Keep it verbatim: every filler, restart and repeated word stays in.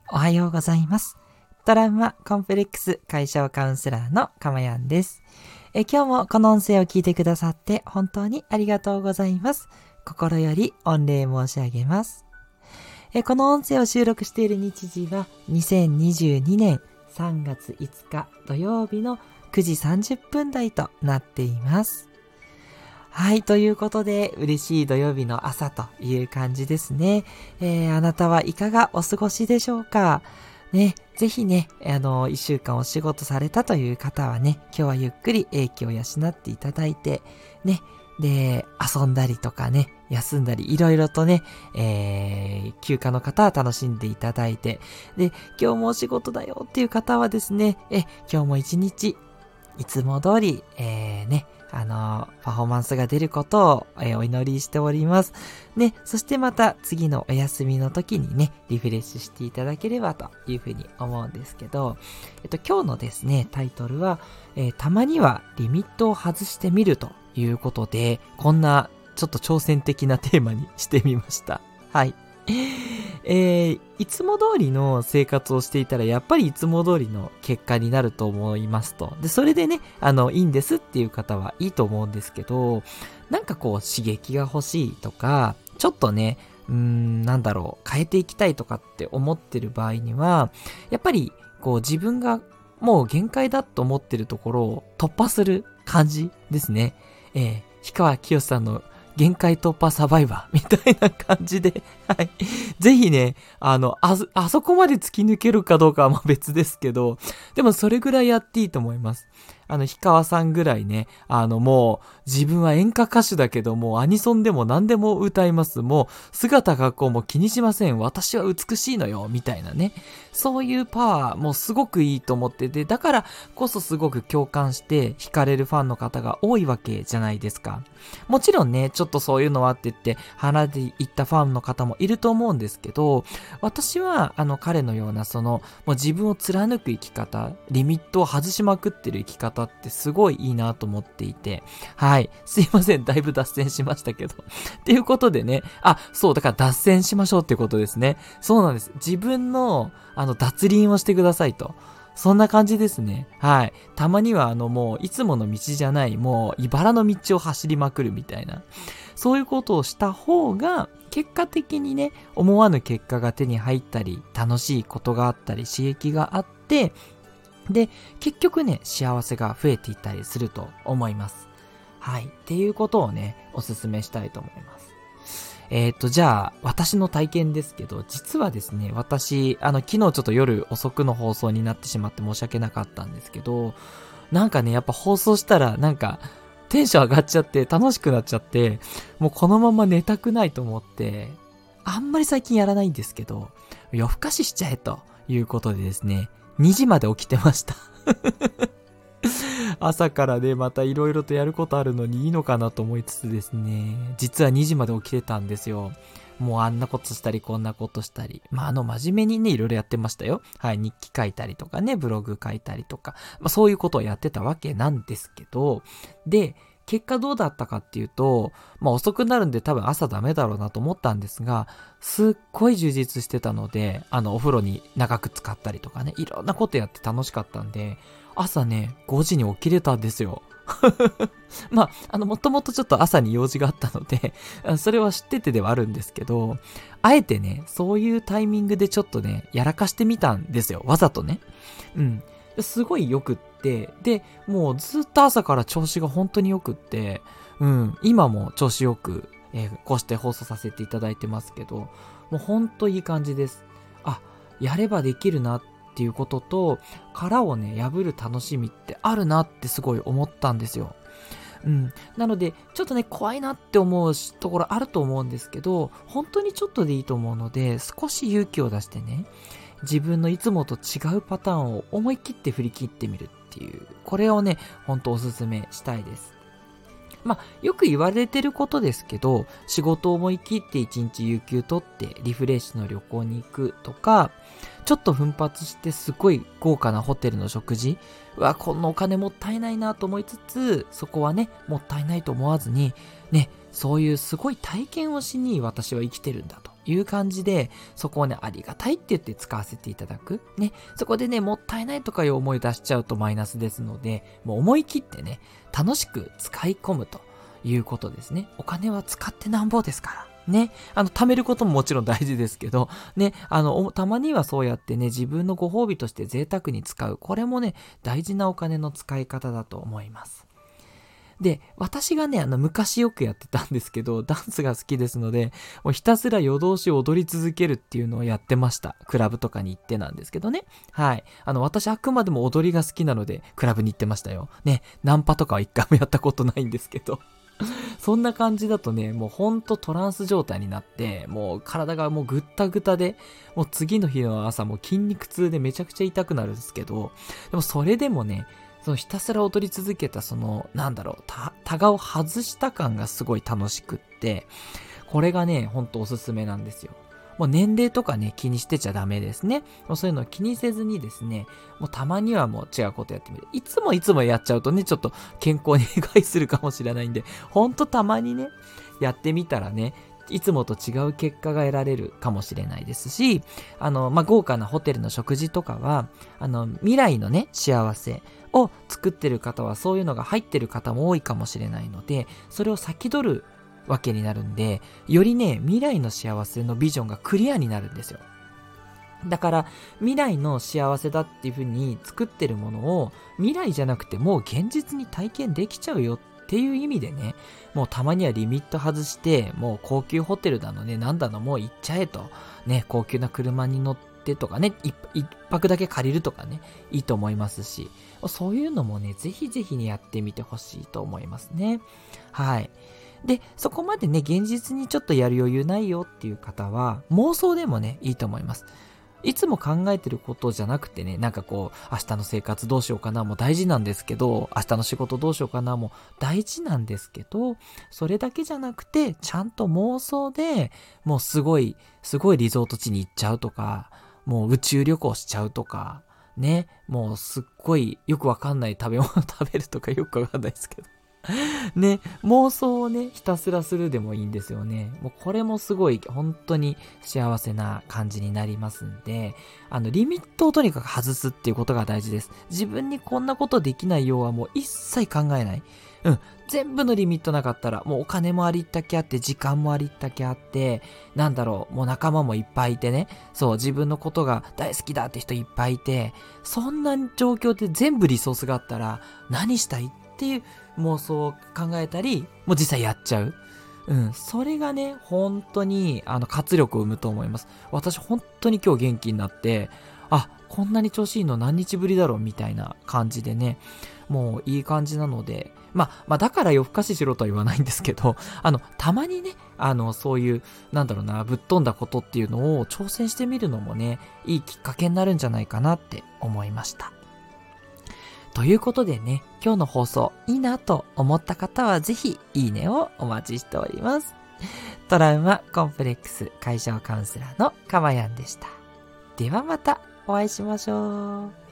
おはようございます。トラウマコンプレックス解消カウンセラーのかまやんです。え今日もこの音声を聞いてくださって本当にありがとうございます。心より御礼申し上げます。えこの音声を収録している日時はにせんにじゅうにねんさんがついつか土曜日のくじさんじゅっぷん台となっています。はい、ということで嬉しい土曜日の朝という感じですね。えー、あなたはいかがお過ごしでしょうかね、ぜひね、あの、一週間お仕事されたという方はね、今日はゆっくり英気を養っていただいて、ね、で、遊んだりとかね、休んだり、いろいろとね、えー、休暇の方は楽しんでいただいて、で、今日もお仕事だよっていう方はですね、え、今日も一日、いつも通り、えー、ね、あの、パフォーマンスが出ることを、えー、お祈りしております。ね、そしてまた次のお休みの時にね、リフレッシュしていただければというふうに思うんですけど、えっと、今日のですね、タイトルは、えー、たまにはリミットを外してみるということで、こんなちょっと挑戦的なテーマにしてみました。はい。えー、いつも通りの生活をしていたらやっぱりいつも通りの結果になると思いますと。で、それでね、あの、いいんですっていう方はいいと思うんですけど、なんかこう刺激が欲しいとか、ちょっとね、うーん、なんだろう、変えていきたいとかって思ってる場合には、やっぱりこう自分がもう限界だと思ってるところを突破する感じですね。えー、氷川きよしさんの限界突破サバイバーみたいな感じで、はい。ぜひね、あの、あ、あそこまで突き抜けるかどうかはまあ別ですけど、でもそれぐらいやっていいと思います。あの、氷川さんぐらいね、あの、もう、自分は演歌歌手だけども、アニソンでも何でも歌います。もう、姿格好も気にしません。私は美しいのよ、みたいなね。そういうパワーもすごくいいと思ってて、だからこそすごく共感して惹かれるファンの方が多いわけじゃないですか。もちろんね、ちょっとそういうのはって言って、離れていったファンの方もいると思うんですけど、私は、あの、彼のような、その、もう自分を貫く生き方、リミットを外しまくってる生き方ってすごいいいなと思っていて、はい。すいません、だいぶ脱線しましたけど。っていうことでね、あ、そう、だから脱線しましょうってことですね。そうなんです。自分の、あの、脱輪をしてくださいと。そんな感じですね。はい。たまにはあのもういつもの道じゃない、もう茨の道を走りまくるみたいな。そういうことをした方が、結果的にね、思わぬ結果が手に入ったり、楽しいことがあったり、刺激があって、で、結局ね、幸せが増えていったりすると思います。はい。っていうことをね、お勧めしたいと思います。えっと、じゃあ、私の体験ですけど、実はですね、私、あの、昨日ちょっと夜遅くの放送になってしまって申し訳なかったんですけど、なんかね、やっぱ放送したら、なんか、テンション上がっちゃって、楽しくなっちゃって、もうこのまま寝たくないと思って、あんまり最近やらないんですけど、夜更かししちゃえということでですね、にじまで起きてました。朝からね、またいろいろとやることあるのにいいのかなと思いつつですね、実はにじまで起きてたんですよ。もうあんなことしたりこんなことしたり。まあ、あの、真面目にね、いろいろやってましたよ。はい、日記書いたりとかね、ブログ書いたりとか。まあ、そういうことをやってたわけなんですけど、で、結果どうだったかっていうと、まあ遅くなるんで多分朝ダメだろうなと思ったんですが、すっごい充実してたので、あの、お風呂に長く浸かったりとかね、いろんなことやって楽しかったんで、朝ね、ごじに起きれたんですよ。まあ、あの、もともとちょっと朝に用事があったので、それは知っててではあるんですけど、あえてね、そういうタイミングでちょっとね、やらかしてみたんですよ。わざとね。うん。すごいよくって、で、もうずっと朝から調子が本当によくって、うん、今も調子よく、えー、こうして放送させていただいてますけど、もう本当いい感じです。あ、やればできるなっていうことと、殻をね、破る楽しみってあるなってすごい思ったんですよ。うん。なので、ちょっとね、怖いなって思うところあると思うんですけど、本当にちょっとでいいと思うので、少し勇気を出してね、自分のいつもと違うパターンを思い切って振り切ってみるっていう、これをね、ほんとおすすめしたいです。まあ、よく言われてることですけど、仕事を思い切って一日有給取ってリフレッシュの旅行に行くとか、ちょっと奮発してすごい豪華なホテルの食事、うわ、このお金もったいないなと思いつつ、そこはね、もったいないと思わずに、ね、そういうすごい体験をしに私は生きてるんだという感じで、そこをね、ありがたいって言って使わせていただく。ね、そこでね、もったいないとかいう思い出しちゃうとマイナスですので、もう思い切ってね、楽しく使い込むということですね。お金は使ってなんぼですから。ね、あの、貯めることももちろん大事ですけど、ね、あの、たまにはそうやってね、自分のご褒美として贅沢に使う。これもね、大事なお金の使い方だと思います。で、私がね、あの、昔よくやってたんですけど、ダンスが好きですので、もうひたすら夜通し踊り続けるっていうのをやってました。クラブとかに行ってなんですけどね。はい。あの、私あくまでも踊りが好きなので、クラブに行ってましたよ。ね、ナンパとかは一回もやったことないんですけど。そんな感じだとね、もうほんとトランス状態になって、もう体がもうぐったぐたで、もう次の日の朝も筋肉痛でめちゃくちゃ痛くなるんですけど、でもそれでもね、そのひたすら踊り続けたその、なんだろう、た、タガを外した感がすごい楽しくって、これがね、ほんとおすすめなんですよ。もう年齢とかね、気にしてちゃダメですね。もうそういうのを気にせずにですね、もうたまにはもう違うことやってみる。いつもいつもやっちゃうとね、ちょっと健康に害するかもしれないんで、ほんとたまにね、やってみたらね、いつもと違う結果が得られるかもしれないですし、あの、まあ、豪華なホテルの食事とかは、あの、未来のね、幸せを作ってる方はそういうのが入ってる方も多いかもしれないので、それを先取るわけになるんで、よりね、未来の幸せのビジョンがクリアになるんですよ。だから、未来の幸せだっていう風に作ってるものを、未来じゃなくてもう現実に体験できちゃうよっていう意味でね、もうたまにはリミット外して、もう高級ホテルだのね、なんだのもう行っちゃえと。ね、高級な車に乗ってとかね、一, 一泊だけ借りるとかね、いいと思いますし、そういうのもね、ぜひぜひにやってみてほしいと思いますね。はい。で、そこまでね、現実にちょっとやる余裕ないよっていう方は、妄想でもね、いいと思います。いつも考えてることじゃなくてね、なんかこう、明日の生活どうしようかなも大事なんですけど、明日の仕事どうしようかなも大事なんですけど、それだけじゃなくて、ちゃんと妄想でもうすごい、すごいリゾート地に行っちゃうとか、もう宇宙旅行しちゃうとか、ね、もうすっごいよくわかんない食べ物食べるとかよくわかんないですけど。ね、妄想をね、ひたすらするでもいいんですよね。もうこれもすごい本当に幸せな感じになりますんで、あの、リミットをとにかく外すっていうことが大事です。自分にこんなことできないようはもう一切考えない。うん。全部のリミットなかったら、もうお金もありったけあって、時間もありったけあって、なんだろう、もう仲間もいっぱいいてね、そう、自分のことが大好きだって人いっぱいいて、そんな状況で全部リソースがあったら、何したいっていう妄想を考えたり、もう実際やっちゃう。うん。それがね、本当に、あの、活力を生むと思います。私、本当に今日元気になって、あ、こんなに調子いいの何日ぶりだろうみたいな感じでね、もういい感じなので、まあ、まあ、だから夜更かししろとは言わないんですけど、あの、たまにね、あの、そういう、なんだろうな、ぶっ飛んだことっていうのを挑戦してみるのもね、いいきっかけになるんじゃないかなって思いました。ということでね、今日の放送いいなと思った方はぜひいいねをお待ちしております。トラウマコンプレックス解消カウンセラーのかまやんでした。ではまたお会いしましょう。